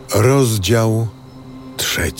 Rozdział 3.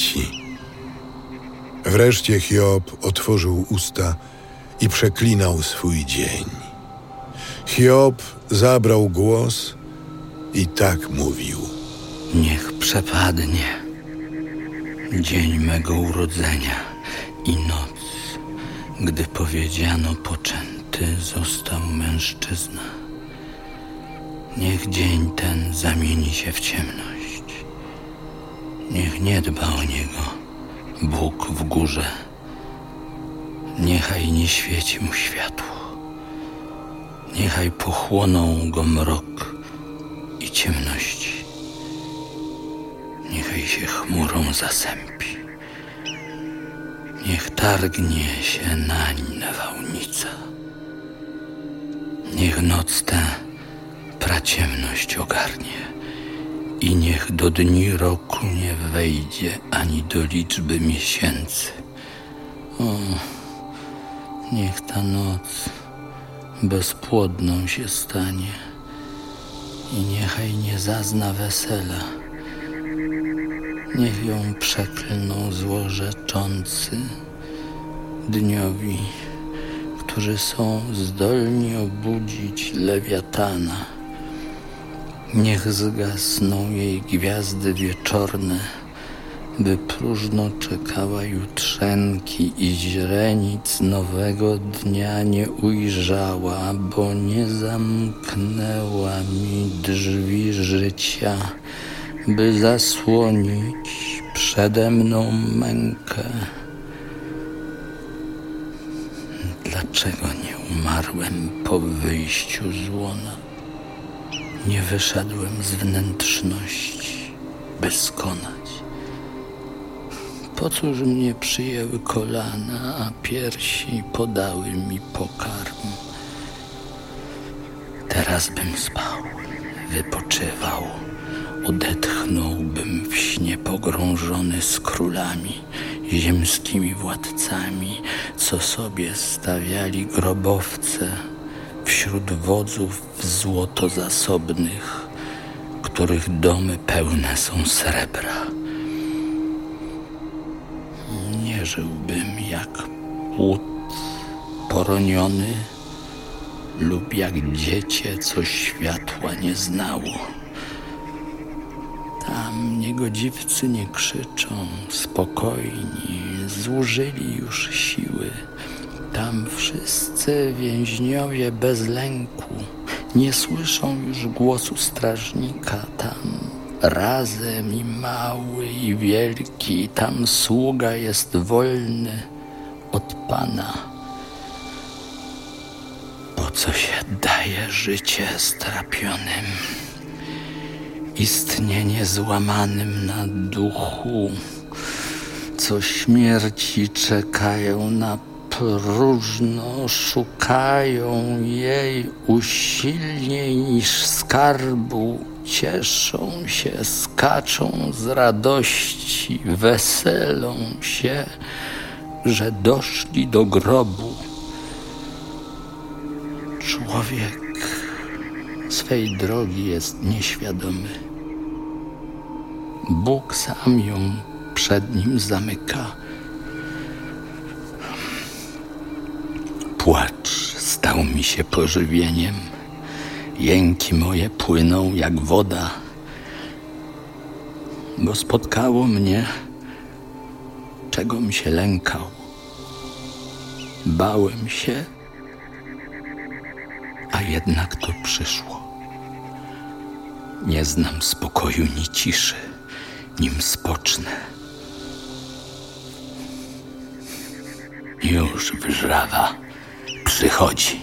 Wreszcie Hiob otworzył usta i przeklinał swój dzień. Hiob zabrał głos i tak mówił. Niech przepadnie dzień mego urodzenia i noc, gdy powiedziano poczęty został mężczyzna. Niech dzień ten zamieni się w ciemność. Niech nie dba o niego Bóg w górze. Niechaj nie świeci mu światło. Niechaj pochłoną go mrok i ciemności. Niechaj się chmurą zasępi. Niech targnie się nań nawałnica. Niech noc tę praciemność ogarnie i niech do dni roku nie wejdzie ani do liczby miesięcy. O, niech ta noc bezpłodną się stanie i niechaj nie zazna wesela. Niech ją przeklną złorzeczący dniowi, którzy są zdolni obudzić lewiatana. Niech zgasną jej gwiazdy wieczorne, by próżno czekała jutrzenki i źrenic nowego dnia nie ujrzała, bo nie zamknęła mi drzwi życia, by zasłonić przede mną mękę. Dlaczego nie umarłem po wyjściu z łona? Nie wyszedłem z wnętrzności, by skonać. Po cóż mnie przyjęły kolana, a piersi podały mi pokarm? Teraz bym spał, wypoczywał, odetchnąłbym w śnie pogrążony z królami, ziemskimi władcami, co sobie stawiali grobowce wśród wodzów złotozasobnych, których domy pełne są srebra. Nie żyłbym jak płód poroniony lub jak dziecię, co światła nie znało. Tam niegodziwcy nie krzyczą, spokojni, zużyli już siły. Tam wszyscy więźniowie bez lęku nie słyszą już głosu strażnika. Tam razem i mały i wielki, tam sługa jest wolny od Pana. Po co się daje życie strapionym, istnienie złamanym na duchu, co śmierci czekają na próżno, szukają jej usilniej niż skarbu, cieszą się, skaczą z radości, weselą się, że doszli do grobu. Człowiek swej drogi jest nieświadomy. Bóg sam ją przed nim zamyka. Płacz stał mi się pożywieniem, jęki moje płyną jak woda, bo spotkało mnie, czegom się lękał. Bałem się, a jednak to przyszło. Nie znam spokoju ni ciszy, nim spocznę. Już wrzawa przychodzi.